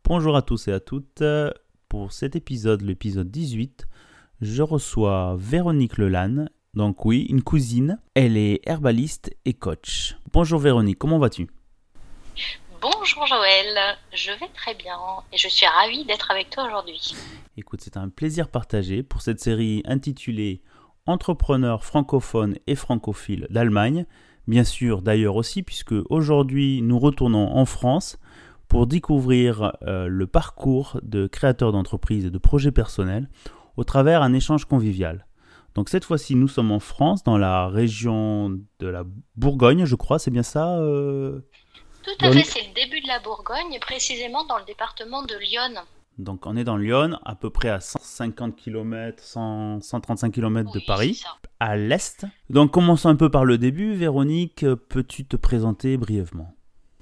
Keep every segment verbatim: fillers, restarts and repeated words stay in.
Bonjour à tous et à toutes. Pour cet épisode, l'épisode dix-huit, je reçois Véronique Lelanne. Donc oui, une cousine. Elle est herbaliste et coach. Bonjour Véronique, comment vas-tu ? Bonjour Joël, je vais très bien et je suis ravie d'être avec toi aujourd'hui. Écoute, c'est un plaisir partagé pour cette série intitulée Entrepreneurs francophones et francophiles d'Allemagne. Bien sûr, d'ailleurs aussi, puisque aujourd'hui nous retournons en France pour découvrir euh, le parcours de créateurs d'entreprises et de projets personnels au travers d'un échange convivial. Donc cette fois-ci, nous sommes en France, dans la région de la Bourgogne, je crois, c'est bien ça euh... Tout à fait, c'est le début de la Bourgogne, précisément dans le département de l'Yonne. Donc on est dans l'Yonne, à peu près à cent cinquante kilomètres, cent, cent trente-cinq kilomètres de Oui, Paris, c'est ça. à l'est. Donc commençons un peu par le début. Véronique, peux-tu te présenter brièvement ?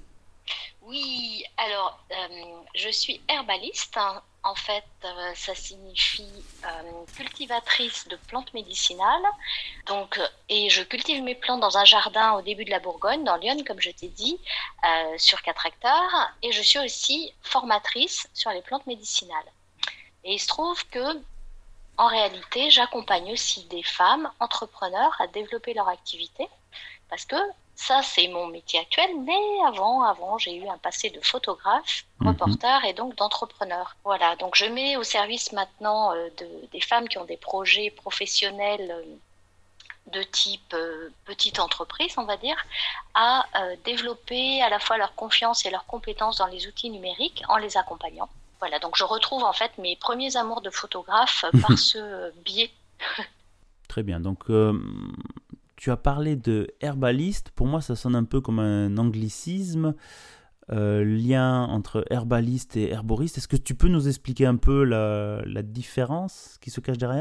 Oui, alors euh, je suis herbaliste. En fait, euh, ça signifie euh, cultivatrice de plantes médicinales. Donc, et je cultive mes plantes dans un jardin au début de la Bourgogne, dans l'Yonne, comme je t'ai dit, euh, sur quatre hectares. Et je suis aussi formatrice sur les plantes médicinales. Et il se trouve que, en réalité, j'accompagne aussi des femmes entrepreneurs à développer leur activité, parce que ça, c'est mon métier actuel, mais avant, avant, j'ai eu un passé de photographe, reporter et donc d'entrepreneur. Voilà, donc je mets au service maintenant euh, de, des femmes qui ont des projets professionnels euh, de type euh, petite entreprise, on va dire, à euh, développer à la fois leur confiance et leurs compétences dans les outils numériques en les accompagnant. Voilà, donc je retrouve en fait mes premiers amours de photographe par ce biais. Très bien, donc... Euh... Tu as parlé de herbaliste, pour moi ça sonne un peu comme un anglicisme, euh, lien entre herbaliste et herboriste. Est-ce que tu peux nous expliquer un peu la, la différence qui se cache derrière ?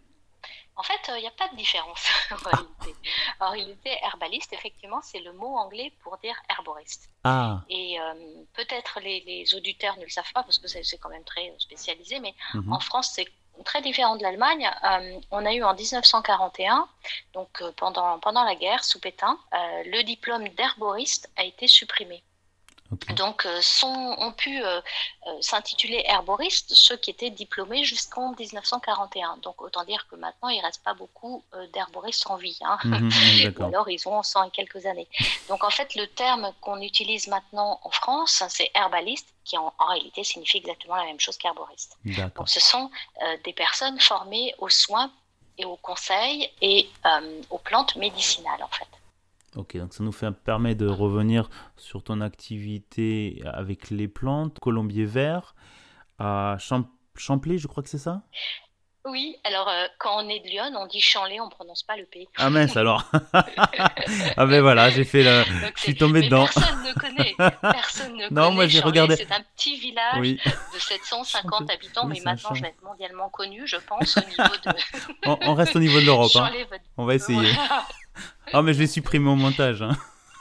En fait, il euh, n'y a pas de différence en réalité. En réalité, herbaliste, effectivement, c'est le mot anglais pour dire herboriste. Ah. Et euh, peut-être les, les auditeurs ne le savent pas parce que c'est, c'est quand même très spécialisé, mais Mm-hmm. en France, c'est très différent de l'Allemagne. Euh, on a eu en dix-neuf cent quarante et un, donc euh, pendant, pendant la guerre, sous Pétain, euh, le diplôme d'herboriste a été supprimé. Okay. Donc, euh, sont, ont pu euh, euh, s'intituler herboristes ceux qui étaient diplômés jusqu'en dix-neuf cent quarante et un. Donc, autant dire que maintenant, il ne reste pas beaucoup euh, d'herboristes en vie. Hein. Mmh, Ou alors, ils ont cent et quelques années. Donc, en fait, le terme qu'on utilise maintenant en France, c'est herbaliste, qui en, en réalité signifie exactement la même chose qu'herboriste. D'accord. Donc, ce sont euh, des personnes formées aux soins et aux conseils et euh, aux plantes médicinales, en fait. Ok, donc ça nous fait, permet de revenir sur ton activité avec les plantes, colombier vert, à Champ- Champlay, je crois que c'est ça ? Oui, alors euh, quand on est de Lyon, on dit Chanlay, on ne prononce pas le P. Ah mince alors. Ah ben voilà, j'ai fait la... Donc, je suis tombé mais dedans. Personne ne connaît. Personne ne non, connaît moi j'ai Chanlay. regardé. C'est un petit village oui. de sept cent cinquante habitants, oui, mais maintenant je vais être mondialement connu, je pense, au niveau de... on, on reste au niveau de l'Europe. Hein. Va... On va essayer. Ah oh, mais je vais supprimer au montage. Hein.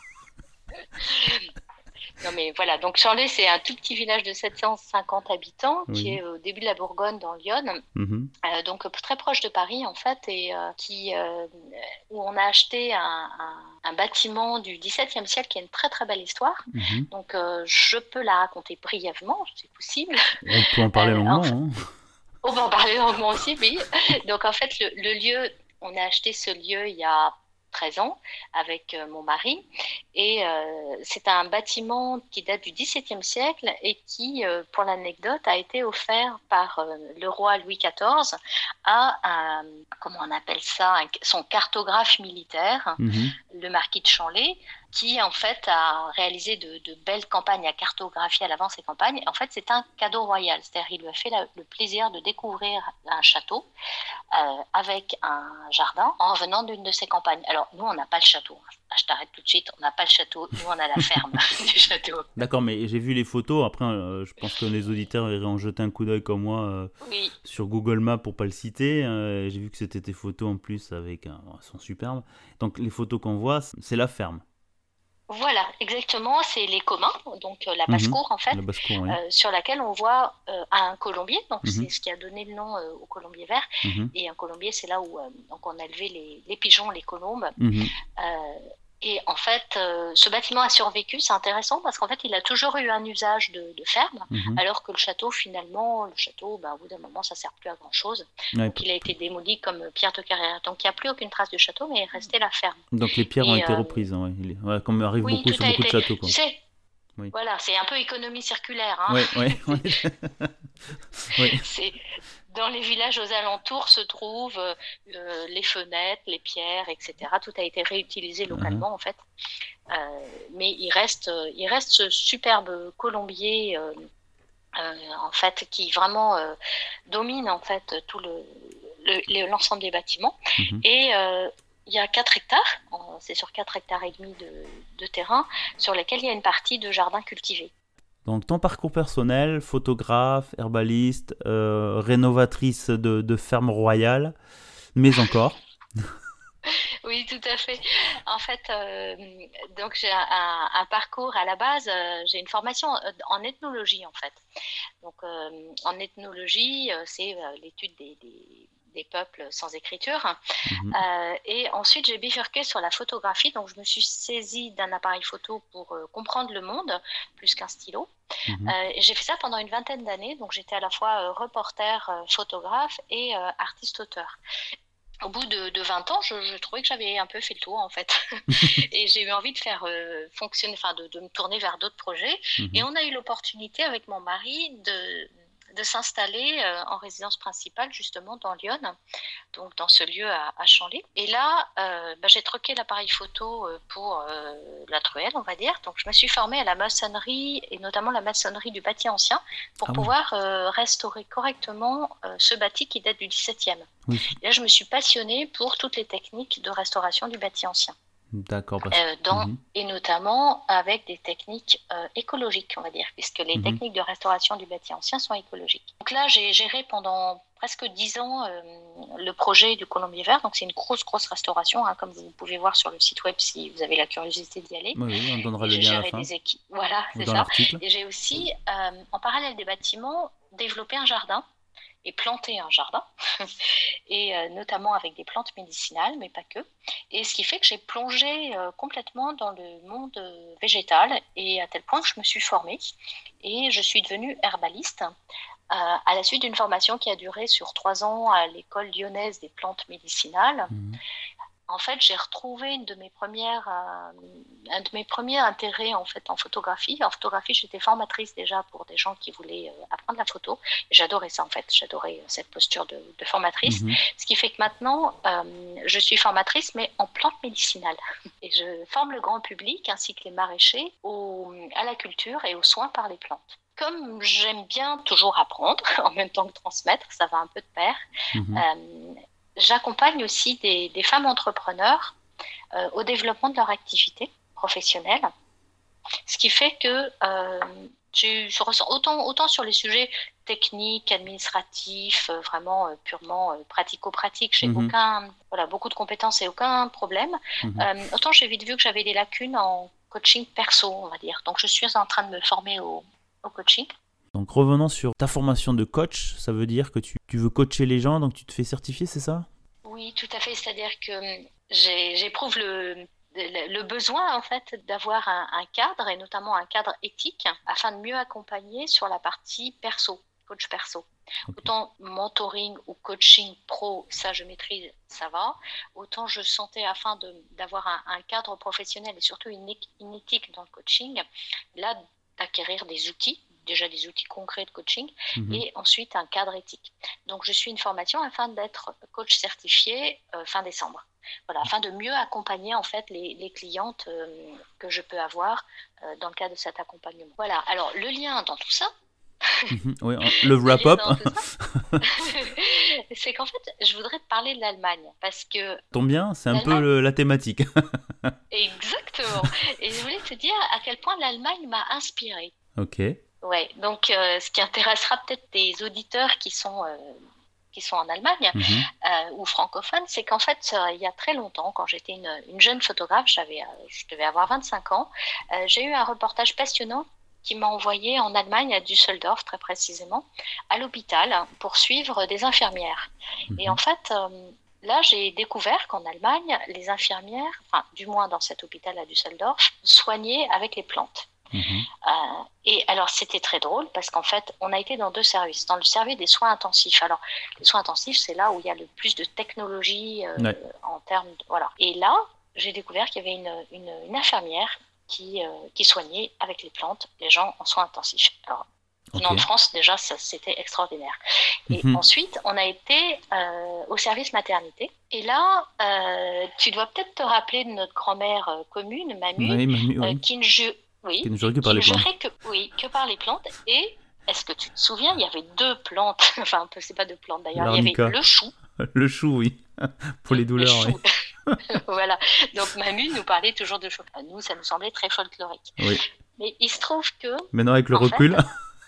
Non mais voilà, donc Chanlay c'est un tout petit village de sept cent cinquante habitants oui. qui est au début de la Bourgogne dans l'Yonne, mm-hmm. euh, donc très proche de Paris en fait, et euh, qui, euh, où on a acheté un, un, un bâtiment du dix-septième siècle qui a une très très belle histoire, mm-hmm. donc euh, je peux la raconter brièvement, c'est possible. On peut en parler euh, longuement. Enfin, hein. On peut en parler longuement aussi, oui. Donc en fait le, le lieu, on a acheté ce lieu il y a treize ans avec euh, mon mari et euh, c'est un bâtiment qui date du dix-septième siècle et qui, euh, pour l'anecdote, a été offert par euh, le roi Louis quatorze à un, comment on appelle ça, un, son cartographe militaire, mm-hmm. le marquis de Chanlay, qui en fait a réalisé de, de belles campagnes, a cartographié à l'avance ces campagnes. Et en fait, c'est un cadeau royal, c'est-à-dire il lui a fait la, le plaisir de découvrir un château euh, avec un jardin en revenant d'une de ses campagnes. Alors nous, on n'a pas le château. Je t'arrête tout de suite, on n'a pas le château, nous on a la ferme du château. D'accord, mais j'ai vu les photos. Après, euh, je pense que les auditeurs iraient en jeter un coup d'œil comme moi euh, oui. sur Google Maps pour pas le citer. Euh, j'ai vu que c'était tes photos en plus avec, un... elles sont superbes. Donc les photos qu'on voit, c'est la ferme. Voilà, exactement, c'est les communs, donc euh, la basse-cour mmh, en fait, la basse-cour, oui. euh, sur laquelle on voit euh, un colombier, donc mmh. c'est ce qui a donné le nom euh, au colombier vert, mmh. et un colombier c'est là où euh, donc on a élevé les, les pigeons, les colombes, mmh. euh, Et en fait, euh, ce bâtiment a survécu, c'est intéressant parce qu'en fait, il a toujours eu un usage de, de ferme, Mhm. alors que le château, finalement, le château, bah, au bout d'un moment, ça sert plus à grand-chose. Ouais, Donc, p- il a été démoli comme pierre de carrière. Donc, il n'y a plus aucune trace du château, mais il est resté la ferme. donc les pierres ont Et été euh, reprises, hein, ouais. Il est- ouais, comme arrive oui, beaucoup tout sur a beaucoup de été. châteaux, Tu quoi. sais, Oui, voilà, c'est un peu économie circulaire, hein. ouais, ouais, C'est ouais. Oui. c'est- Dans les villages aux alentours se trouvent euh, euh, les fenêtres, les pierres, et cetera. Tout a été réutilisé Mhm. localement, en fait. Euh, mais il reste, euh, il reste ce superbe colombier, euh, euh, en fait, qui vraiment euh, domine en fait tout le, le- le- l'ensemble des bâtiments. Mhm. Et euh, il y a quatre hectares, euh, c'est sur quatre hectares et demi de, de terrain, sur lesquels il y a une partie de jardin cultivé. Donc ton parcours personnel, photographe, herbaliste, euh, rénovatrice de, de ferme royale, mais encore. Oui, tout à fait. En fait, euh, donc j'ai un, un- un parcours à la base. Euh, j'ai une formation euh, en ethnologie en fait. Donc euh, en ethnologie, euh, c'est euh, l'étude des, des- des peuples sans écriture. Mhm. Euh, et ensuite, j'ai bifurqué sur la photographie. Donc je me suis saisie d'un appareil photo pour euh, comprendre le monde plus qu'un stylo. Mhm. Euh, et j'ai fait ça pendant une vingtaine d'années. Donc j'étais à la fois euh, reporter, euh, photographe et euh, artiste-auteur. Au bout de, de vingt ans, je, je trouvais que j'avais un peu fait le tour en fait. Et j'ai eu envie de faire euh, fonctionner, enfin de, de me tourner vers d'autres projets. Et Mhm. on a eu l'opportunité avec mon mari de, de s'installer euh, en résidence principale justement dans Lyon, donc dans ce lieu à, à Chanly. Et là, euh, bah, j'ai troqué l'appareil photo euh, pour euh, la truelle, on va dire. Donc je me suis formée à la maçonnerie et notamment la maçonnerie du bâti ancien pour Ah oui, pouvoir euh, restaurer correctement euh, ce bâti qui date du dix-septième. oui, c'est- Et là, je me suis passionnée pour toutes les techniques de restauration du bâti ancien, d'accord, parce que... euh, dans, Mhm. et notamment avec des techniques euh, écologiques, on va dire, puisque les Mhm. techniques de restauration du bâti ancien sont écologiques. Donc là, j'ai géré pendant presque dix ans euh, le projet du Colombier Vert. Donc c'est une grosse, grosse restauration, hein, comme vous pouvez voir sur le site web si vous avez la curiosité d'y aller. Oui, oui, on donnera Et le j'ai lien à la géré fin, des équipes. Voilà, ou c'est dans ça. l'article. Et j'ai aussi, euh, en parallèle des bâtiments, développé un jardin et planté un jardin, et euh, notamment avec des plantes médicinales, mais pas que. Et ce qui fait que j'ai plongé euh, complètement dans le monde euh, végétal, et à tel point que je me suis formée, et je suis devenue herbaliste, euh, à la suite d'une formation qui a duré sur trois ans à l'école lyonnaise des plantes médicinales. Mhm. En fait, j'ai retrouvé une de mes premières, euh, un de mes premiers intérêts en fait en photographie. En photographie, j'étais formatrice déjà pour des gens qui voulaient euh, apprendre la photo. Et j'adorais ça en fait. J'adorais euh, cette posture de, de formatrice. Mhm. Ce qui fait que maintenant, euh, je suis formatrice, mais en plantes médicinales. Et je forme le grand public ainsi que les maraîchers au, à la culture et aux soins par les plantes. Comme j'aime bien toujours apprendre en même temps que transmettre, ça va un peu de pair. Mhm. Euh, J'accompagne aussi des, des femmes entrepreneurs euh, au développement de leur activité professionnelle, ce qui fait que euh, tu, je ressens autant, autant sur les sujets techniques, administratifs, euh, vraiment euh, purement euh, pratico-pratiques, j'ai Mhm. aucun, voilà, beaucoup de compétences et aucun problème. Mhm. Euh, autant j'ai vite vu que j'avais des lacunes en coaching perso, on va dire. Donc je suis en train de me former au, au coaching. Donc revenons sur ta formation de coach, ça veut dire que tu, tu veux coacher les gens, donc tu te fais certifier, c'est ça? Oui, tout à fait. C'est-à-dire que hum, j'ai- j'éprouve le, le, le besoin en fait d'avoir un, un cadre et notamment un cadre éthique afin de mieux accompagner sur la partie perso, coach perso. Ok. Autant mentoring ou coaching pro, ça je maîtrise, ça va. Autant je sentais afin de- d'avoir un, un cadre professionnel et surtout une, éc- une éthique dans le coaching, là d'acquérir des outils, déjà des outils concrets de coaching, Mhm. et ensuite un cadre éthique. Donc je suis une formation afin d'être coach certifié euh, fin décembre. Voilà, afin de mieux accompagner en fait les, les clientes euh, que je peux avoir euh, dans le cadre de cet accompagnement. Voilà, alors le lien dans tout ça, Mhm. Oui, en- le le lien wrap-up dans tout ça, c'est qu'en fait, je voudrais te parler de l'Allemagne parce que tombe bien, c'est un peu l'Allemagne, le- la thématique. exactement. Et je voulais te dire à quel point l'Allemagne m'a inspirée. Ok. Ouais, donc euh, ce qui intéressera peut-être des auditeurs qui sont euh, qui sont en Allemagne Mhm. euh, ou francophones, c'est qu'en fait, euh, il y a très longtemps, quand j'étais une, une jeune photographe, j'avais, euh, je devais avoir vingt-cinq ans, euh, j'ai eu un reportage passionnant qui m'a envoyé en Allemagne, à Düsseldorf très précisément, à l'hôpital pour suivre des infirmières. Et Mhm. en fait, euh, là, j'ai découvert qu'en Allemagne, les infirmières, enfin, du moins dans cet hôpital à Düsseldorf, soignaient avec les plantes. Mhm. Euh, et alors, c'était très drôle parce qu'en fait, on a été dans deux services. Dans le service des soins intensifs. Alors, les soins intensifs, c'est là où il y a le plus de technologie euh, Ouais. en termes de, voilà. Et là, j'ai découvert qu'il y avait une, une, une infirmière qui, euh, qui soignait avec les plantes les gens en soins intensifs. Alors, venant Ok. de France, déjà, ça, c'était extraordinaire. Et Mhm. ensuite, on a été euh, au service maternité. Et là, euh, tu dois peut-être te rappeler de notre grand-mère euh, commune, Mamu, Oui, mamie, euh, oui. qui ne ju- oui, Qui ne jurait que par qui les ne plantes. jurait que, oui, que par les plantes. Et est-ce que tu te souviens, il y avait deux plantes, enfin, un peu, c'est pas deux plantes d'ailleurs, il y avait L'arnica. le chou, Le chou, oui. Pour les le douleurs, oui. chou, voilà. Donc Mamu nous parlait toujours de chou. À nous, ça nous semblait très folklorique. Oui. Mais il se trouve que, Maintenant, avec le en fait, recul.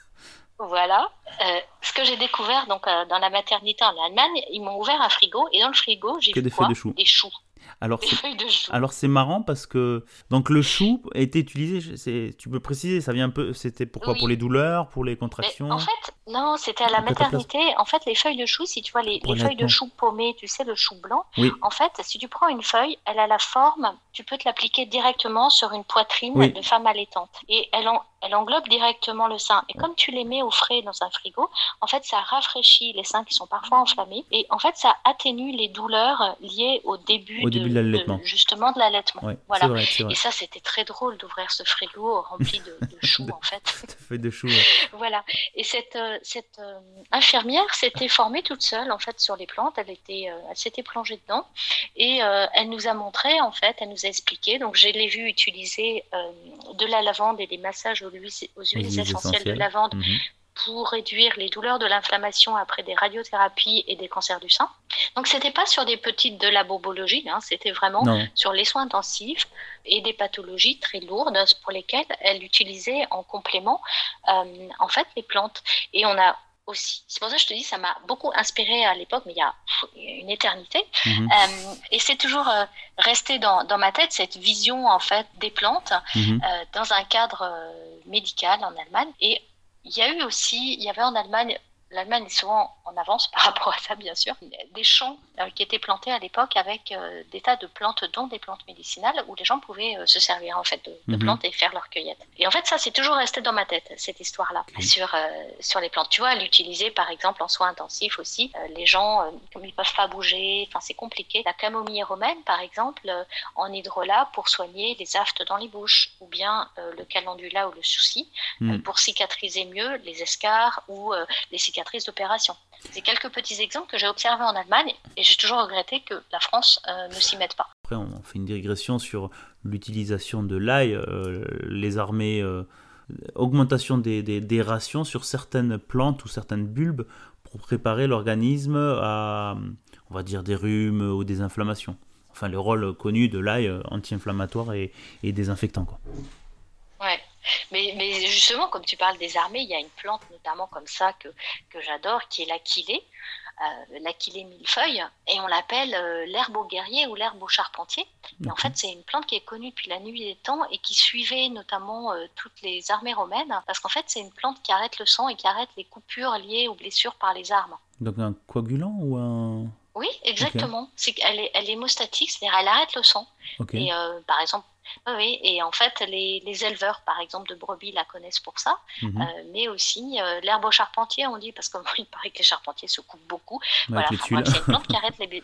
voilà, euh, ce que j'ai découvert donc euh, dans la maternité en Allemagne, ils m'ont ouvert un frigo et dans le frigo, j'ai Que vu des quoi? feuilles de chou. Des choux, Alors, des c'est... feuilles de chou. Alors c'est marrant parce que donc le chou a été utilisé, c'est... tu peux préciser, ça vient un peu, c'était pourquoi Oui. pour les douleurs, pour les Mais contractions. en fait, non, c'était à la Au cataplasme. maternité. En fait, les feuilles de chou, si tu vois les, Pour les feuilles de l'allaitement. chou paumées, tu sais, le chou blanc, Oui, en fait, si tu prends une feuille, elle a la forme, tu peux te l'appliquer directement sur une poitrine Oui. de femme allaitante. Et elle, en- elle englobe directement le sein. Et comme tu les mets au frais dans un frigo, en fait, ça rafraîchit les seins qui sont parfois enflammés. Et en fait, ça atténue les douleurs liées au début, au début de de, l'allaitement. de- justement de l'allaitement. Ouais, Voilà. c'est vrai, c'est vrai. Et ça, c'était très drôle d'ouvrir ce frigo rempli de, de choux, De- en fait. Feuilles de chou. Ouais. Voilà. Et cette, euh, cette euh, infirmière s'était formée toute seule en fait sur les plantes. Elle était, euh, elle s'était plongée dedans et euh, elle nous a montré en fait, elle nous a expliqué. Donc je l'ai vu utiliser euh, de la lavande et des massages aux huiles, aux huiles huiles essentielles de essentielles. lavande Mhm. pour réduire les douleurs de l'inflammation après des radiothérapies et des cancers du sein. Donc c'était pas sur des petites de la bobologie, hein, c'était vraiment Non, sur les soins intensifs et des pathologies très lourdes pour lesquelles elle utilisait en complément euh, en fait les plantes. Et on a aussi, c'est pour ça que je te dis, ça m'a beaucoup inspiré à l'époque, mais il y a, pff, il y a une éternité. mhm, Euh, et c'est toujours euh, resté dans, dans ma tête cette vision en fait des plantes mhm. euh, dans un cadre euh, médical en Allemagne. Et il y a eu aussi, il y avait en Allemagne, l'Allemagne est souvent en avance par rapport à ça, bien sûr, des champs euh, qui étaient plantés à l'époque avec euh, des tas de plantes, dont des plantes médicinales, où les gens pouvaient euh, se servir en fait de, de Mhm. plantes et faire leur cueillette. Et en fait, ça, c'est toujours resté dans ma tête, cette histoire-là, Ok. sur, euh, sur les plantes. Tu vois, l'utiliser par exemple en soins intensifs aussi. Euh, les gens, euh, comme ils peuvent pas bouger, enfin c'est compliqué. La camomille romaine, par exemple, euh, en hydrolat pour soigner les aftes dans les bouches, ou bien euh, le calendula ou le souci, Mhm. euh, pour cicatriser mieux les escarres ou euh, les cicatrices d'opération. C'est quelques petits exemples que j'ai observés en Allemagne et j'ai toujours regretté que la France euh, ne s'y mette pas. Après, on fait une digression sur l'utilisation de l'ail, euh, les armées, euh, augmentation des, des, des rations sur certaines plantes ou certaines bulbes pour préparer l'organisme à, on va dire, des rhumes ou des inflammations. Enfin, le rôle connu de l'ail euh, anti-inflammatoire et, et désinfectant, quoi. Ouais. Mais, mais justement, comme tu parles des armées, il y a une plante notamment comme ça que, que j'adore, qui est l'aquilée, euh, l'aquilée millefeuille, et on l'appelle euh, l'herbe au guerrier ou l'herbe au charpentier. Et en Ok. fait, c'est une plante qui est connue depuis la nuit des temps et qui suivait notamment euh, toutes les armées romaines, parce qu'en fait, c'est une plante qui arrête le sang et qui arrête les coupures liées aux blessures par les armes. Donc un coagulant ou un... Oui, exactement. C'est qu'elle est, elle est hémostatique, c'est-à-dire elle arrête le sang. Ok. Et euh, par exemple, oui, oui, et en fait, les, les éleveurs, par exemple, de brebis la connaissent pour ça, Mhm. euh, mais aussi euh, l'herbe au charpentier, on dit, parce qu'il paraît que les charpentiers se coupent beaucoup. Avec Voilà, les enfin, tuiles. bref, c'est une plante qui arrête les blessures.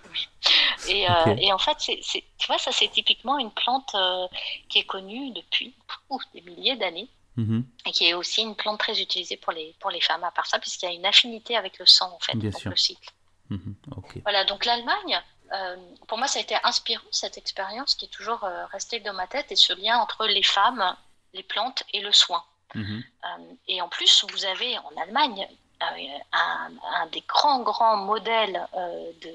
Et, euh, Ok. et en fait, c'est, c'est, tu vois, ça c'est typiquement une plante euh, qui est connue depuis ouf, des milliers d'années Mhm. et qui est aussi une plante très utilisée pour les, pour les femmes, à part ça, puisqu'il y a une affinité avec le sang, en fait, Bien donc sûr. le cycle. Mhm. Ok. Voilà, donc l'Allemagne, euh, pour moi, ça a été inspirant, cette expérience qui est toujours euh, restée dans ma tête, et ce lien entre les femmes, les plantes et le soin. Mhm. Euh, et en plus, vous avez en Allemagne euh, un, un des grands, grands modèles euh, de,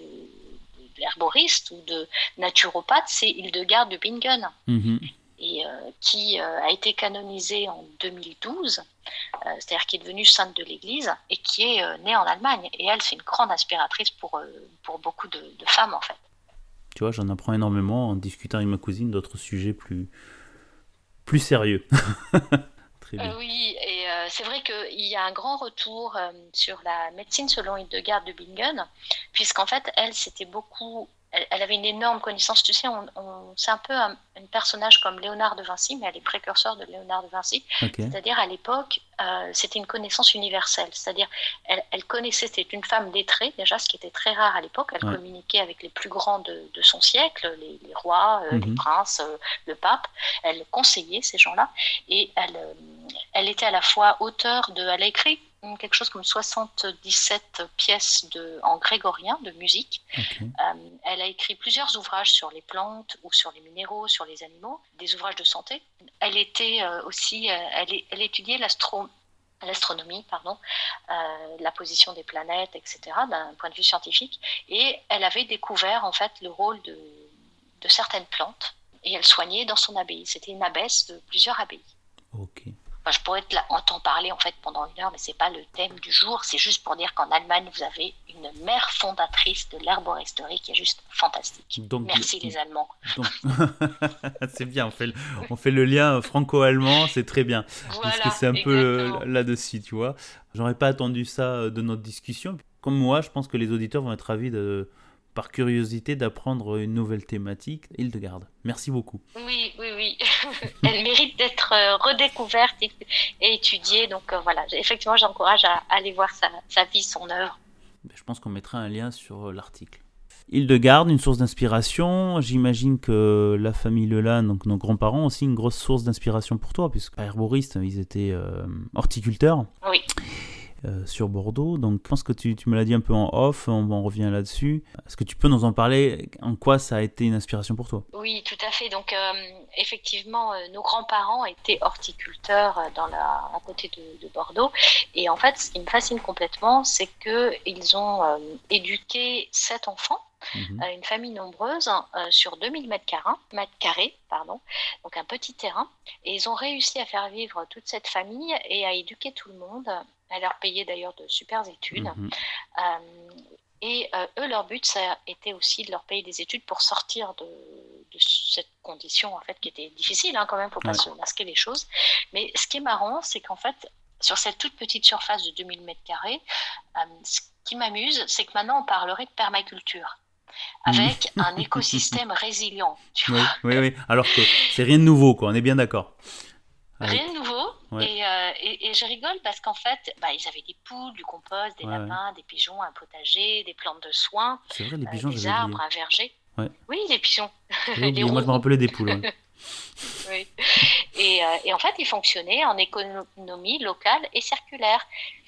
de l'herboriste ou de naturopathe, c'est Hildegard de Bingen, Mhm. et euh, qui euh, a été canonisée en deux mille douze, euh, c'est-à-dire qui est devenue sainte de l'Église et qui est euh, née en Allemagne. Et elle, c'est une grande inspiratrice pour, euh, pour beaucoup de, de femmes, en fait. Tu vois, j'en apprends énormément en discutant avec ma cousine d'autres sujets plus, plus sérieux. Très bien. Euh, oui, et euh, c'est vrai qu'il y a un grand retour euh, sur la médecine selon Hildegard de Bingen, puisqu'en fait, elle, c'était beaucoup... Elle, elle avait une énorme connaissance. Tu sais, on, on, c'est un peu un, un personnage comme Léonard de Vinci, mais elle est précurseur de Léonard de Vinci. Ok. C'est-à-dire, à l'époque, euh, c'était une connaissance universelle. C'est-à-dire, elle, elle connaissait, c'était une femme lettrée, déjà, ce qui était très rare à l'époque. Elle Ouais. communiquait avec les plus grands de, de son siècle, les, les rois, euh, Mhm. les princes, euh, le pape. Elle conseillait ces gens-là. Et elle, euh, elle était à la fois auteure de... Elle a écrit quelque chose comme soixante-dix-sept pièces de, en grégorien de musique. Ok. Euh, elle a écrit plusieurs ouvrages sur les plantes ou sur les minéraux, sur les animaux, des ouvrages de santé. Elle était euh, aussi, euh, elle, elle étudiait l'astro, l'astronomie, pardon, euh, la position des planètes, et cetera, d'un point de vue scientifique. Et elle avait découvert en fait le rôle de, de certaines plantes et elle soignait dans son abbaye. C'était une abbesse de plusieurs abbayes. Ok. Enfin, je pourrais t'en parler en fait pendant une heure, mais c'est pas le thème du jour. C'est juste pour dire qu'en Allemagne, vous avez une mère fondatrice de l'herboristerie qui est juste fantastique. Donc, Merci les Allemands. Donc... c'est bien, on fait, le, on fait le lien franco-allemand, c'est très bien. Voilà, parce que c'est un exactement. peu là-dessus, tu vois. J'aurais pas attendu ça de notre discussion. Comme moi, je pense que les auditeurs vont être ravis de... par curiosité d'apprendre une nouvelle thématique. Hildegard, merci beaucoup. Oui, oui, oui. Elle mérite d'être redécouverte et, et étudiée. Donc euh, voilà, effectivement, j'encourage à, à aller voir sa, sa vie, son œuvre. Je pense qu'on mettra un lien sur l'article. Hildegard, une source d'inspiration. J'imagine que la famille Lelanne, donc nos grands-parents, aussi une grosse source d'inspiration pour toi, puisque pas herboristes, ils étaient euh, horticulteurs. Oui. Euh, sur Bordeaux, donc je pense que tu, tu me l'as dit un peu en off, on, on revient là-dessus. Est-ce que tu peux nous en parler, en quoi ça a été une inspiration pour toi? Oui, tout à fait. Donc euh, effectivement, euh, nos grands-parents étaient horticulteurs dans la, à côté de, de Bordeaux, et en fait, ce qui me fascine complètement, c'est qu'ils ont euh, éduqué sept enfants. Mmh. Une famille nombreuse euh, sur deux mille mètres carrés, pardon, donc un petit terrain, et ils ont réussi à faire vivre toute cette famille et à éduquer tout le monde, à leur payer d'ailleurs de super études. Mmh. Euh, et euh, eux, leur but, ça était aussi de leur payer des études pour sortir de, de cette condition en fait qui était difficile, hein, quand même, faut pas ouais. se masquer les choses. Mais ce qui est marrant, c'est qu'en fait, sur cette toute petite surface de deux mille mètres carrés, euh, ce qui m'amuse, c'est que maintenant on parlerait de permaculture, avec mmh. un écosystème résilient. Tu oui, vois oui, oui. Alors que c'est rien de nouveau, quoi. On est bien d'accord. Avec... Rien de nouveau. Ouais. Et, euh, et, et je rigole parce qu'en fait, bah, ils avaient des poules, du compost, des ouais, lapins, ouais. des pigeons, un potager, des plantes de soins, c'est vrai, les pigeons, euh, des arbres, oublié. Un verger. Ouais. Oui, les pigeons. les Moi, je me rappelais des poules. Ouais. oui. Et, euh, et en fait, ils fonctionnaient en économie locale et circulaire.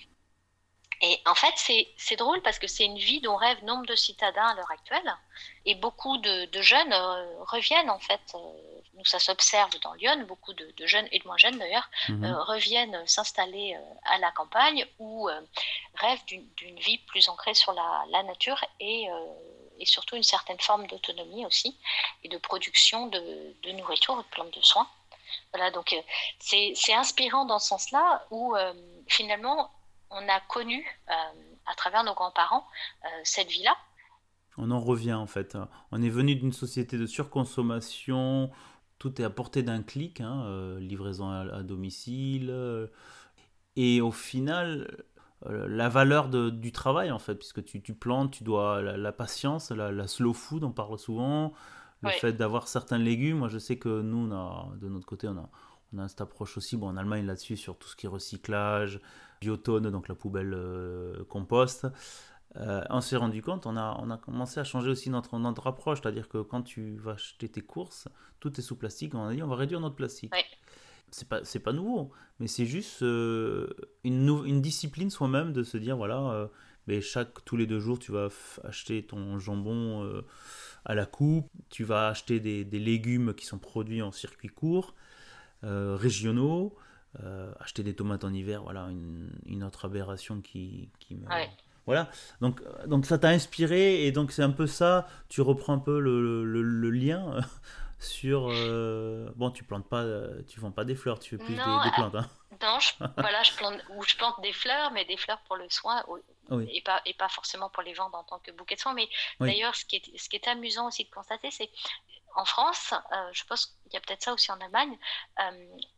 Et en fait, c'est, c'est drôle parce que c'est une vie dont rêvent nombre de citadins à l'heure actuelle. Et beaucoup de, de jeunes euh, reviennent, en fait, euh, nous ça s'observe dans Lyon, beaucoup de, de jeunes, et de moins jeunes d'ailleurs, mmh. euh, reviennent s'installer euh, à la campagne ou euh, rêvent d'une, d'une vie plus ancrée sur la, la nature et, euh, et surtout une certaine forme d'autonomie aussi et de production de, de nourriture ou de plantes de soins. Voilà, donc euh, c'est, c'est inspirant dans ce sens-là où euh, finalement, on a connu, euh, à travers nos grands-parents, euh, cette vie-là. On en revient en fait. On est venu d'une société de surconsommation, tout est à portée d'un clic, hein, euh, livraison à, à domicile. Euh, et au final, euh, la valeur de, du travail en fait, puisque tu, tu plantes, tu dois la, la patience, la, la slow food, on parle souvent. Le oui. fait d'avoir certains légumes, moi je sais que nous, on a, de notre côté, on a, on a cette approche aussi, bon, en Allemagne là-dessus, sur tout ce qui est recyclage, biotone, donc la poubelle euh, compost. Euh, on s'est rendu compte, on a, on a commencé à changer aussi notre, notre approche, c'est-à-dire que quand tu vas acheter tes courses, tout est sous plastique, on a dit on va réduire notre plastique. Oui. C'est pas, c'est pas nouveau, mais c'est juste euh, une, nou- une discipline soi-même de se dire voilà, euh, mais chaque, tous les deux jours tu vas f- acheter ton jambon euh, à la coupe, tu vas acheter des, des légumes qui sont produits en circuit court, euh, régionaux. Euh, acheter des tomates en hiver, voilà une, une autre aberration qui, qui me... Ouais. Voilà, donc, donc ça t'a inspiré et donc c'est un peu ça, tu reprends un peu le, le, le lien euh, sur... Euh, bon, tu plantes pas, tu vends pas des fleurs, tu fais plus non, des, des plantes. Hein. Non, je, voilà, je plante, ou je plante des fleurs, mais des fleurs pour le soin ou, oui. et, pas, et pas forcément pour les vendre en tant que bouquet de soins. Mais oui. D'ailleurs, ce qui, est, ce qui est amusant aussi de constater, c'est en France, euh, je pense qu'il y a peut-être ça aussi en Allemagne, euh,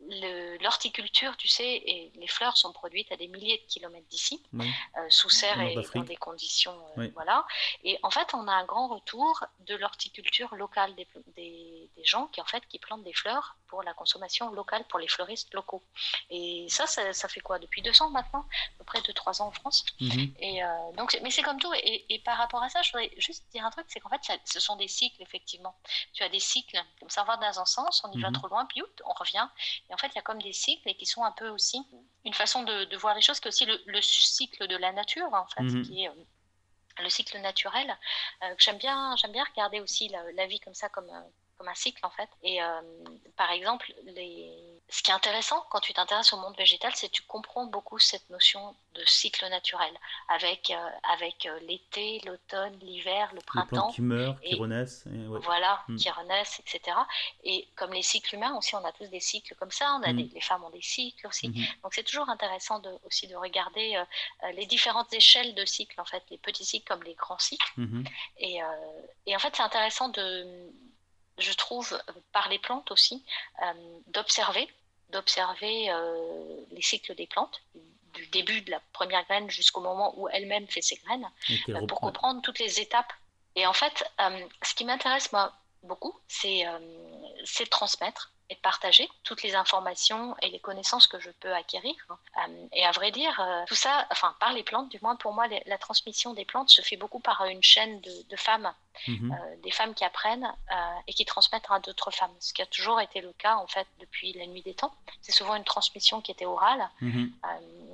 le, l'horticulture, tu sais, et les fleurs sont produites à des milliers de kilomètres d'ici, Oui. euh, sous serre Nord et dans d'Afrique. des conditions, euh, Oui. voilà. Et en fait, on a un grand retour de l'horticulture locale des, des, des gens qui, en fait, qui plantent des fleurs pour la consommation locale, pour les fleuristes locaux. Et ça, ça, ça fait quoi? Depuis deux ans maintenant, à peu près deux trois ans en France. Mhm. Et euh, donc, mais c'est comme tout. Et, et par rapport à ça, je voudrais juste dire un truc, c'est qu'en fait, ça, ce sont des cycles, effectivement. Tu as des cycles, comme ça, on va dans un sens, on y va Mhm. trop loin, puis out, on revient. Et en fait, il y a comme des cycles et qui sont un peu aussi une façon de, de voir les choses, qui est aussi le, le cycle de la nature, en fait, Mhm. qui est euh, le cycle naturel. Euh, que j'aime bien, j'aime bien regarder aussi la, la vie comme ça, comme, euh, comme un cycle, en fait. Et euh, par exemple, les... ce qui est intéressant quand tu t'intéresses au monde végétal, c'est que tu comprends beaucoup cette notion de cycle naturel, avec, euh, avec euh, l'été, l'automne, l'hiver, le Les plantes printemps, qui meurent, qui et renaissent. Et ouais. voilà, Mm. qui renaissent, et cetera. Et comme les cycles humains aussi, on a tous des cycles comme ça, on a Mm. des, les femmes ont des cycles aussi. Mhm. Donc c'est toujours intéressant de, aussi de regarder euh, les différentes échelles de cycles, en fait, les petits cycles comme les grands cycles. Mhm. Et, euh, et en fait, c'est intéressant de, je trouve, par les plantes aussi, euh, d'observer, d'observer euh, les cycles des plantes, du début de la première graine jusqu'au moment où elle-même fait ses graines, Et qu'elle euh, pour reprend. comprendre toutes les étapes. Et en fait, euh, ce qui m'intéresse moi beaucoup, c'est, euh, c'est de transmettre et de partager toutes les informations et les connaissances que je peux acquérir. Euh, et à vrai dire, euh, tout ça, enfin par les plantes, du moins pour moi, les, la transmission des plantes se fait beaucoup par une chaîne de, de femmes, Mhm. euh, des femmes qui apprennent euh, et qui transmettent à d'autres femmes. Ce qui a toujours été le cas en fait depuis la nuit des temps. C'est souvent une transmission qui était orale. Mhm. Euh,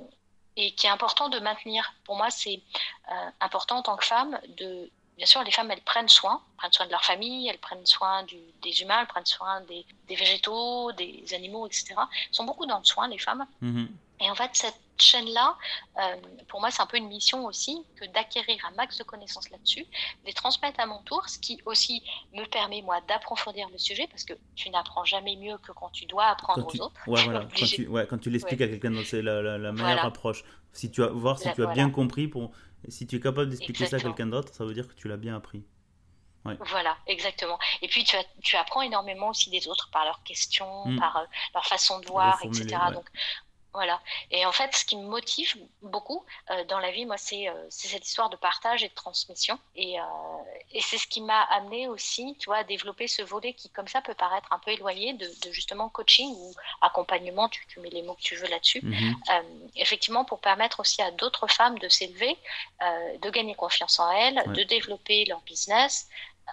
et qui est important de maintenir. Pour moi, c'est euh, important en tant que femme de... Bien sûr, les femmes, elles prennent soin, prennent soin de leur famille, elles prennent soin du, des humains, elles prennent soin des, des végétaux, des animaux, et cetera. Elles sont beaucoup dans le soin, les femmes. Mhm. Et en fait, cette chaîne-là, euh, pour moi, c'est un peu une mission aussi que d'acquérir un max de connaissances là-dessus, de les transmettre à mon tour, ce qui aussi me permet, moi, d'approfondir le sujet, parce que tu n'apprends jamais mieux que quand tu dois apprendre Quand aux tu, autres. ouais, Tu es voilà, quand obligé. tu, ouais, quand tu l'expliques Ouais. à quelqu'un d'autre, c'est la, la, la meilleure Voilà. approche. Si tu as, voir si La, tu as voilà. bien compris, pour, si tu es capable d'expliquer ça à Exactement. quelqu'un d'autre, ça veut dire que tu l'as bien appris. Ouais. Voilà, exactement. Et puis tu, as, tu apprends énormément aussi des autres par leurs questions, Mm. par euh, leur façon de voir, Reformuler, et cetera. ouais. Donc voilà. Et en fait, ce qui me motive beaucoup euh, dans la vie, moi, c'est, euh, c'est cette histoire de partage et de transmission. Et, euh, et c'est ce qui m'a amené aussi, tu vois, à développer ce volet qui, comme ça, peut paraître un peu éloigné de, de justement coaching ou accompagnement, tu, tu mets les mots que tu veux là-dessus. Mhm. Euh, effectivement, pour permettre aussi à d'autres femmes de s'élever, euh, de gagner confiance en elles, Ouais. de développer leur business,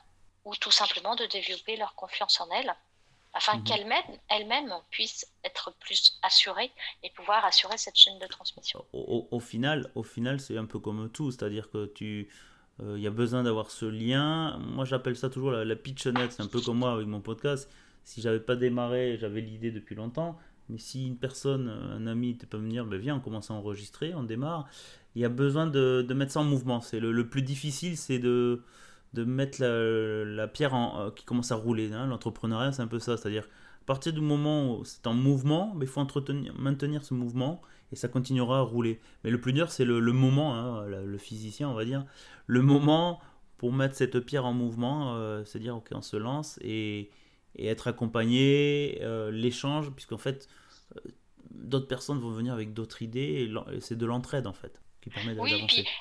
ou tout simplement de développer leur confiance en elles, afin Mhm. qu'elles-mêmes, elles-mêmes puissent être plus assurées et pouvoir assurer cette chaîne de transmission. Au, au- au final, au final, c'est un peu comme tout, c'est-à-dire que tu, il y a besoin d'avoir ce lien. Moi, j'appelle ça toujours la, la pitchonnette. C'est un peu comme moi avec mon podcast. Si j'avais pas démarré, j'avais l'idée depuis longtemps. Mais si une personne, un ami, peut me dire, ben viens, on commence à enregistrer, on démarre. Il y a besoin de, de mettre ça en mouvement. C'est le, le plus difficile, c'est de de mettre la, la pierre en, euh, qui commence à rouler. Hein. L'entrepreneuriat, c'est un peu ça. C'est-à-dire, à partir du moment où c'est en mouvement, il faut entretenir, maintenir ce mouvement et ça continuera à rouler. Mais le plus dur, c'est le, le moment, hein, le, le physicien, on va dire. Le moment pour mettre cette pierre en mouvement, euh, c'est dire, ok, on se lance et, et être accompagné, euh, l'échange, puisqu'en fait, euh, d'autres personnes vont venir avec d'autres idées et, et c'est de l'entraide, en fait, qui permet Oui, d'avancer. puis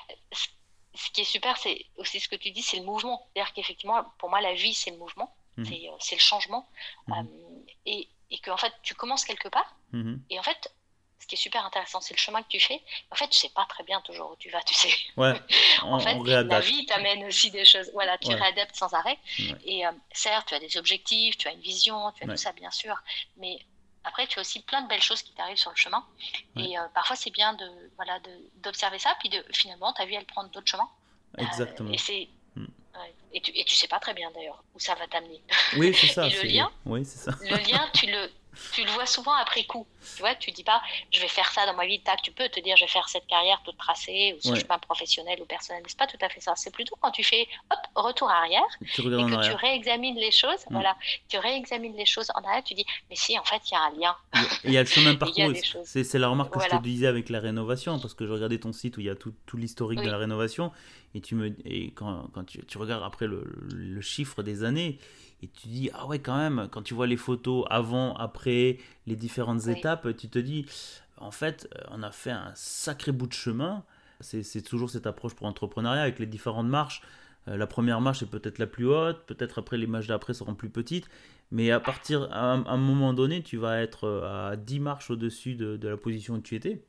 ce qui est super, c'est aussi ce que tu dis, c'est le mouvement. C'est-à-dire qu'effectivement, pour moi, la vie, c'est le mouvement, mmh. c'est, c'est le changement. Mmh. Euh, et, et que, en fait, tu commences quelque part. Mmh. Et en fait, ce qui est super intéressant, c'est le chemin que tu fais. En fait, tu sais pas très bien toujours où tu vas, tu sais. Ouais, on, en fait, on réadapte. la vie t'amène aussi des choses. Voilà, tu ouais. réadaptes sans arrêt. Ouais. Et euh, certes, tu as des objectifs, tu as une vision, tu as ouais. tout ça, bien sûr. Mais après, tu as aussi plein de belles choses qui t'arrivent sur le chemin. Ouais. Et euh, parfois, c'est bien de, voilà, de, d'observer ça. Puis de, finalement, ta vie, elle prend d'autres chemins. Exactement. Euh, et, c'est, mm. ouais. et, tu, et tu sais pas très bien, d'ailleurs, où ça va t'amener. Oui, c'est ça. Et le c'est... lien, oui, c'est ça. le lien tu, le, tu le vois souvent après coup. Tu vois, tu dis pas, je vais faire ça dans ma vie. Tac, tu peux te dire, je vais faire cette carrière toute tracée, ou ce ouais. chemin professionnel ou personnel. Mais c'est pas tout à fait ça. C'est plutôt quand tu fais, hop, retour arrière, tu et que arrière. tu réexamines les choses. Mm. Voilà, tu réexamines les choses en arrière. Tu dis, mais si, en fait, il y a un lien. Et il y a le chemin parcouru. C'est, c'est la remarque que voilà. je te disais avec la rénovation, parce que je regardais ton site où il y a tout, tout l'historique oui. de la rénovation, et tu me, et quand, quand tu, tu regardes après le, le chiffre des années, et tu dis, ah ouais, quand même, quand tu vois les photos avant, après, les différentes Oui, étapes, tu te dis, en fait, euh, on a fait un sacré bout de chemin. C'est, c'est toujours cette approche pour l'entrepreneuriat avec les différentes marches. Euh, la première marche est peut-être la plus haute, peut-être après les marches d'après seront plus petites, mais à partir, à un, à un moment donné, tu vas être euh, à dix marches au-dessus de, de la position où tu étais.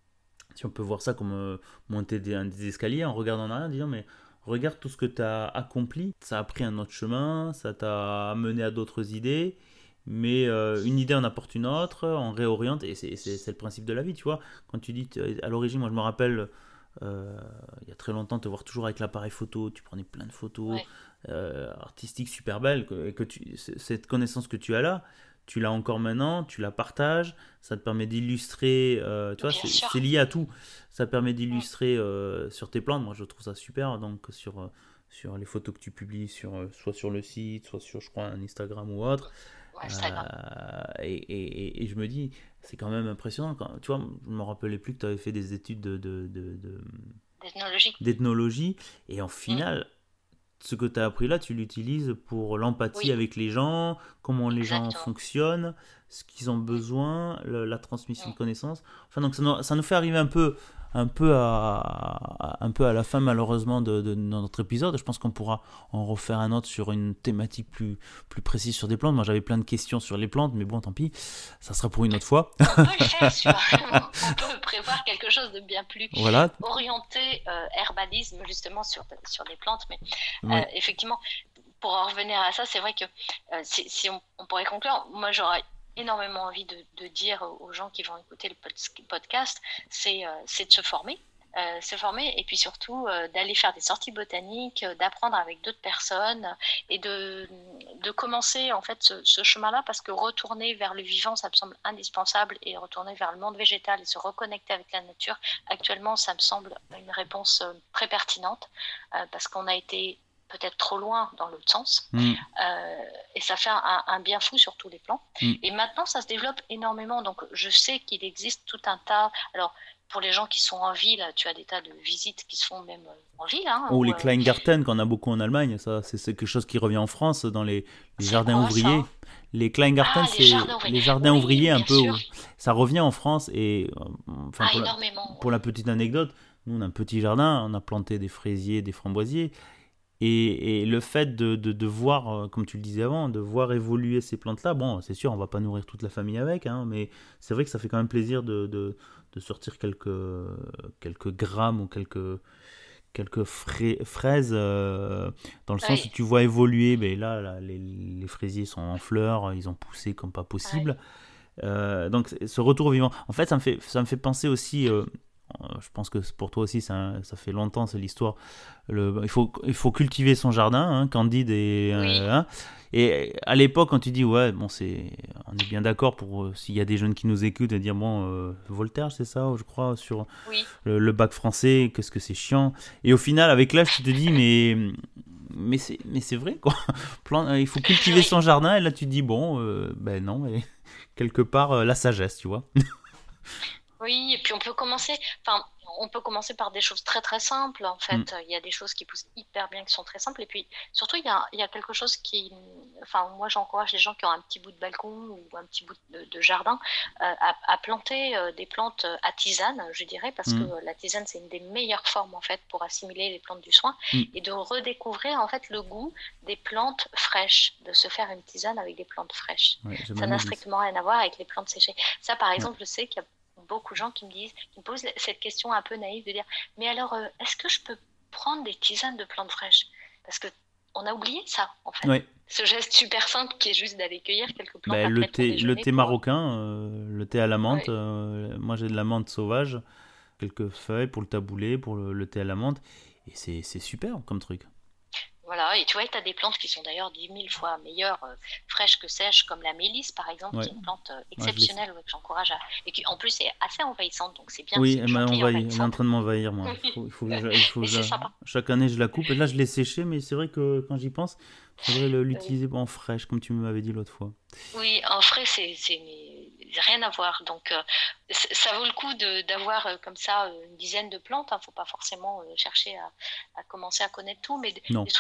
Si on peut voir ça comme euh, monter des, des escaliers en regardant en arrière, en disant mais regarde tout ce que tu as accompli, ça a pris un autre chemin, ça t'a amené à d'autres idées, mais euh, une idée en apporte une autre, on réoriente, et c'est, c'est, c'est le principe de la vie, tu vois. Quand tu dis, à l'origine, moi je me rappelle, euh, il y a très longtemps, te voir toujours avec l'appareil photo, tu prenais plein de photos ouais, euh, artistiques super belles, que, et que tu, cette connaissance que tu as là, tu l'as encore maintenant, tu la partages, ça te permet d'illustrer, euh, tu vois, bien c'est, c'est sûr. lié à tout. Ça te permet Mm. d'illustrer euh, sur tes plantes, moi je trouve ça super, donc sur, euh, sur les photos que tu publies, sur, euh, soit sur le site, soit sur, je crois, un Instagram ou autre. Ouais, Instagram. Euh, et, et- et je me dis, c'est quand même impressionnant. Quand, tu vois, je ne me rappelais plus que tu avais fait des études de, de- de- de- Technologie. d'ethnologie, et en Mm. final, ce que tu as appris là, tu l'utilises pour l'empathie Oui, avec les gens, comment les gens exactement. fonctionnent, ce qu'ils ont Mm. besoin, le- la transmission Mm. de connaissances. Enfin, donc ça nous, ça nous fait arriver un peu, un peu à, à- un peu à la fin malheureusement de, de notre épisode. Je pense qu'on pourra en refaire un autre sur une thématique plus, plus précise sur des plantes. Moi, j'avais plein de questions sur les plantes, mais bon, tant pis, ça sera pour une autre fois. On peut le faire sur. On peut prévoir quelque chose de bien plus Voilà. orienté euh, herbalisme justement sur, sur des plantes. Mais euh, Oui. effectivement, pour en revenir à ça, c'est vrai que euh, si, si on, on pourrait conclure, moi j'aurais énormément envie de, de dire aux gens qui vont écouter le podcast, c'est euh, c'est de se former. Euh, se former et puis surtout euh, d'aller faire des sorties botaniques, euh, d'apprendre avec d'autres personnes euh, et de, de commencer en fait ce, ce chemin-là parce que retourner vers le vivant, ça me semble indispensable et retourner vers le monde végétal et se reconnecter avec la nature, actuellement, ça me semble une réponse euh, très pertinente euh, parce qu'on a été peut-être trop loin dans l'autre sens Mm, euh, et ça fait un, un bien fou sur tous les plans. mm. Et maintenant, ça se développe énormément. Donc, je sais qu'il existe tout un tas. Alors, pour les gens qui sont en ville, tu as des tas de visites qui se font même euh, en ville. Hein, Ou où, les euh, Kleingarten qu'on a beaucoup en Allemagne, ça c'est c'est quelque chose qui revient en France dans les, les c'est jardins quoi ça? ouvriers. Les Kleingarten, Ah, les c'est jardins ouvriers. les jardins Oui, ouvriers un bien peu sûr. où ça revient en France et euh, enfin Ah, pour la, énormément, pour oui. la petite anecdote, nous on a un petit jardin, on a planté des fraisiers, des framboisiers et, et le fait de, de, de voir, euh, comme tu le disais avant, de voir évoluer ces plantes-là, bon c'est sûr on va pas nourrir toute la famille avec, hein, mais c'est vrai que ça fait quand même plaisir de, de, de sortir quelques, quelques grammes ou quelques quelques frais- fraises euh, dans le sens où Oui, tu vois évoluer, ben là, là, les, les fraisiers sont en fleurs, ils ont poussé comme pas oui, possible. Euh, donc ce retour au vivant, en fait, ça me fait, ça me fait penser aussi, euh, euh, je pense que pour toi aussi, ça, ça fait longtemps, c'est l'histoire. Le, il, faut, il faut cultiver son jardin, hein, Candide. Et, oui, euh, hein. Et à l'époque, quand tu dis, ouais, bon, c'est, on est bien d'accord pour euh, s'il y a des jeunes qui nous écoutent et dire, bon, euh, Voltaire, c'est ça, je crois, sur oui. le, le bac français, qu'est-ce que c'est chiant. Et au final, avec l'âge, tu te dis, mais, mais, c'est, mais c'est vrai, quoi. Plan- il faut cultiver Oui. son jardin, et là, tu te dis, bon, euh, ben non, et quelque part, euh, la sagesse, tu vois. Oui, et puis on peut commencer, enfin, on peut commencer par des choses très très simples. En Mm. fait, il y a des choses qui poussent hyper bien, qui sont très simples. Et puis surtout, il y a, il y a quelque chose qui, enfin, moi j'encourage les gens qui ont un petit bout de balcon ou un petit bout de, de jardin euh, à, à planter euh, des plantes à tisane, je dirais, parce que Mm. la tisane c'est une des meilleures formes en fait pour assimiler les plantes du soin Mm. et de redécouvrir en fait le goût des plantes fraîches, de se faire une tisane avec des plantes fraîches. Ouais, j'ai Ça même n'a dit. strictement rien à voir avec les plantes séchées. Ça, par Ouais. exemple, je sais qu'il y a beaucoup de gens qui me disent, qui me posent cette question un peu naïve de dire, mais alors, euh, est-ce que je peux prendre des tisanes de plantes fraîches? Parce que on a oublié ça, en fait. Ouais. Ce geste super simple qui est juste d'aller cueillir quelques plantes Ben, le après ton thé, le déjeuner thé pour. marocain, euh, le thé à la menthe. Oui. Euh, moi, j'ai de la menthe sauvage, quelques feuilles pour le taboulé, pour le, le thé à la menthe. Et c'est, c'est super comme truc. Voilà, et tu vois, tu as des plantes qui sont d'ailleurs dix mille fois meilleures euh, fraîches que sèches, comme la mélisse, par exemple, qui Ouais, est une plante euh, ouais, je l'ai. exceptionnelle ouais, que j'encourage à. Et qui, en plus, est assez envahissante, donc c'est bien, Oui, c'est une elle m'a plante envahi. Elle est en envahissante. train de m'envahir, moi. Il faut, il faut que je- il faut que Mais c'est je- sympa. chaque année, je la coupe. Et là, je l'ai séchée, mais c'est vrai que quand j'y pense, il faudrait le- Oui. l'utiliser en fraîche, comme tu m'avais dit l'autre fois. Oui, en frais, c'est c'est- mais rien à voir. Donc, euh, c- ça vaut le coup de d'avoir euh, comme ça euh, une dizaine de plantes. Il ne faut pas forcément euh, chercher à, à commencer à connaître tout, mais des, Non. des trucs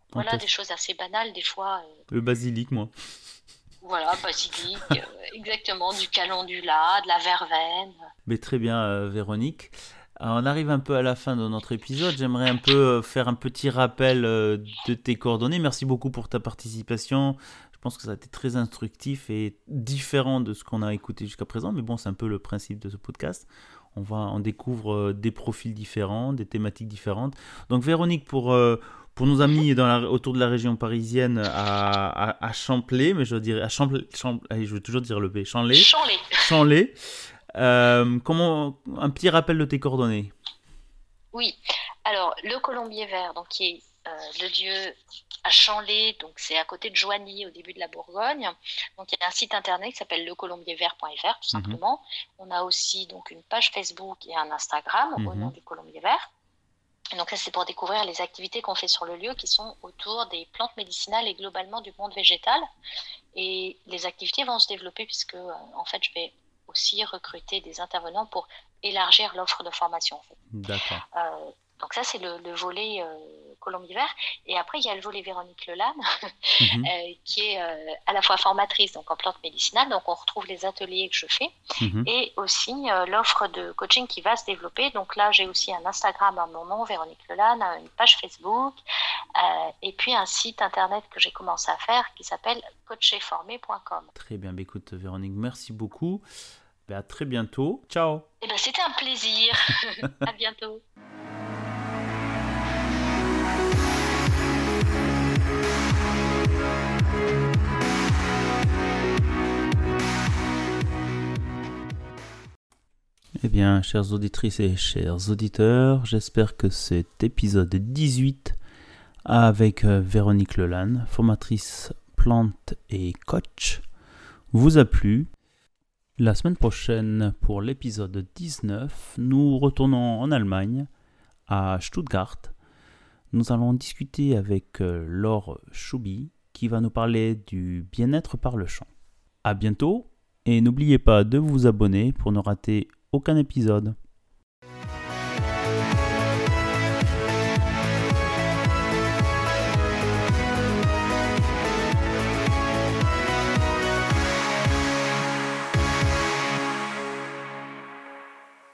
Voilà, teste. des choses assez banales, des fois. euh, Le basilic, moi. Voilà, basilic, euh, exactement, du calendula, de la verveine. Mais très bien, euh, Véronique. Euh, on arrive un peu à la fin de notre épisode. J'aimerais un peu euh, faire un petit rappel euh, de tes coordonnées. Merci beaucoup pour ta participation. Je pense que ça a été très instructif et différent de ce qu'on a écouté jusqu'à présent. Mais bon, c'est un peu le principe de ce podcast. On, va, on découvre euh, des profils différents, des thématiques différentes. Donc Véronique, pour, euh, pour nos amis dans la, autour de la région parisienne, à, à, à Champlay, mais je dirais à Champlay, Champlay, allez, je veux toujours dire le B, Chanlay. Chanlay. Chanlay. Euh, comment, un petit rappel de tes coordonnées. Oui, alors le Colombier Vert, donc, qui est euh, le lieu à Chanlay, donc c'est à côté de Joigny, au début de la Bourgogne. Donc il y a un site internet qui s'appelle le colombier vert point f r, tout simplement. Mm-hmm. On a aussi donc une page Facebook et un Instagram mm-hmm. au nom du Colombier Vert. Et donc ça, c'est pour découvrir les activités qu'on fait sur le lieu, qui sont autour des plantes médicinales et globalement du monde végétal. Et les activités vont se développer puisque, euh, en fait, je vais aussi recruter des intervenants pour élargir l'offre de formation. En fait. D'accord. Euh, donc ça, c'est le, le volet euh, Colombier Vert. Et après, il y a le volet Véronique Lelanne, mm-hmm. euh, qui est euh, à la fois formatrice donc en plantes médicinales. Donc on retrouve les ateliers que je fais mm-hmm. et aussi euh, l'offre de coaching qui va se développer. Donc là, j'ai aussi un Instagram à mon nom, Véronique Lelanne, une page Facebook euh, et puis un site internet que j'ai commencé à faire qui s'appelle coacher formé point com. Très bien. Bah, écoute, Véronique, merci beaucoup. Bah, à très bientôt. Ciao. Eh ben, c'était un plaisir. À bientôt. Eh bien, chères auditrices et chers auditeurs, j'espère que cet épisode dix-huit avec Véronique Lelanne, formatrice plante et coach, vous a plu. La semaine prochaine, pour l'épisode dix-neuf, nous retournons en Allemagne, à Stuttgart. Nous allons discuter avec Laure Schuby, qui va nous parler du bien-être par le chant. À bientôt, et n'oubliez pas de vous abonner pour ne rater aucun épisode.